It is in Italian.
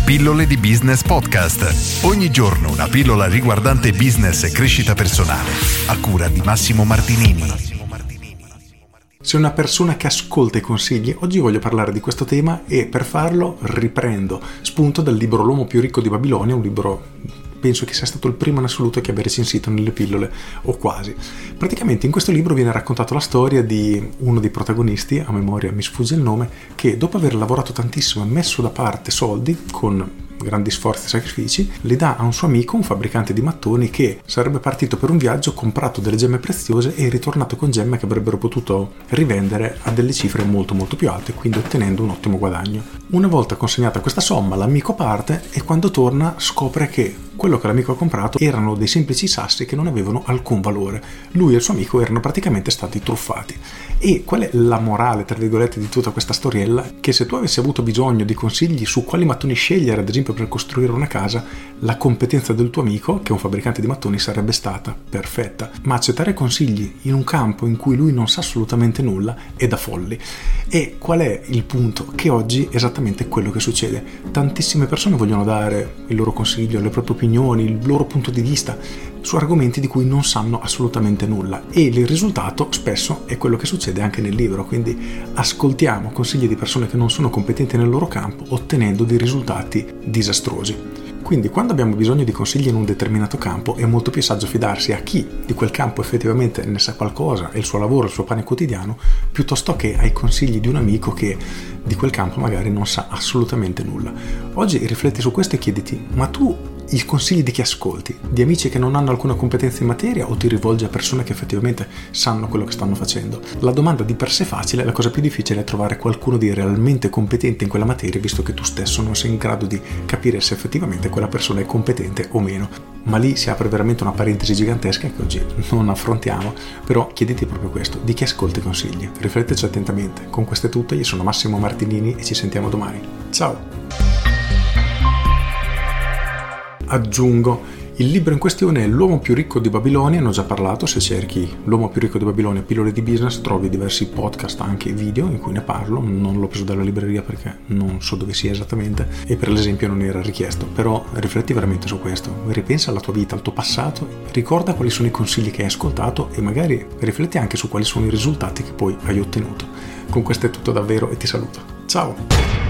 Pillole di Business Podcast. Ogni giorno una pillola riguardante business e crescita personale. A cura di Massimo Martinini. Sei una persona che ascolta i consigli? Oggi voglio parlare di questo tema e per farlo riprendo spunto dal libro L'uomo più ricco di Babilonia, un libro penso che sia stato il primo in assoluto che abbia recensito nelle pillole, o quasi. Praticamente in questo libro viene raccontata la storia di uno dei protagonisti, a memoria mi sfugge il nome, che dopo aver lavorato tantissimo e messo da parte soldi con grandi sforzi e sacrifici, li dà a un suo amico, un fabbricante di mattoni, che sarebbe partito per un viaggio, comprato delle gemme preziose e ritornato con gemme che avrebbero potuto rivendere a delle cifre molto molto più alte, quindi ottenendo un ottimo guadagno. Una volta consegnata questa somma, l'amico parte e quando torna scopre che quello che l'amico ha comprato erano dei semplici sassi che non avevano alcun valore. Lui e il suo amico erano praticamente stati truffati. E qual è la morale, tra virgolette, di tutta questa storiella? Che se tu avessi avuto bisogno di consigli su quali mattoni scegliere, ad esempio per costruire una casa, la competenza del tuo amico, che è un fabbricante di mattoni, sarebbe stata perfetta. Ma accettare consigli in un campo in cui lui non sa assolutamente nulla è da folli. E qual è il punto? Che oggi è esattamente quello che succede. Tantissime persone vogliono dare il loro consiglio, le proprie opinioni, il loro punto di vista su argomenti di cui non sanno assolutamente nulla, e il risultato spesso è quello che succede anche nel libro. Quindi ascoltiamo consigli di persone che non sono competenti nel loro campo, ottenendo dei risultati disastrosi. Quindi quando abbiamo bisogno di consigli in un determinato campo è molto più saggio fidarsi a chi di quel campo effettivamente ne sa qualcosa, è il suo lavoro, il suo pane quotidiano, piuttosto che ai consigli di un amico che di quel campo magari non sa assolutamente nulla. Oggi rifletti su questo e chiediti: ma tu i consigli di chi ascolti? Di amici che non hanno alcuna competenza in materia, o ti rivolgi a persone che effettivamente sanno quello che stanno facendo? La domanda di per sé facile, la cosa più difficile è trovare qualcuno di realmente competente in quella materia, visto che tu stesso non sei in grado di capire se effettivamente quella persona è competente o meno. Ma lì si apre veramente una parentesi gigantesca che oggi non affrontiamo, però chiediti proprio questo: di chi ascolti i consigli? Rifletteci attentamente. Con questo è tutto, io sono Massimo Martinini e ci sentiamo domani. Ciao! Aggiungo, il libro in questione è L'uomo più ricco di Babilonia, ne ho già parlato. Se cerchi L'uomo più ricco di Babilonia, pillole di business, trovi diversi podcast, anche video in cui ne parlo. Non l'ho preso dalla libreria perché non so dove sia esattamente e per l'esempio non era richiesto, però rifletti veramente su questo, ripensa alla tua vita, al tuo passato, ricorda quali sono i consigli che hai ascoltato e magari rifletti anche su quali sono i risultati che poi hai ottenuto. Con questo è tutto davvero e ti saluto. Ciao!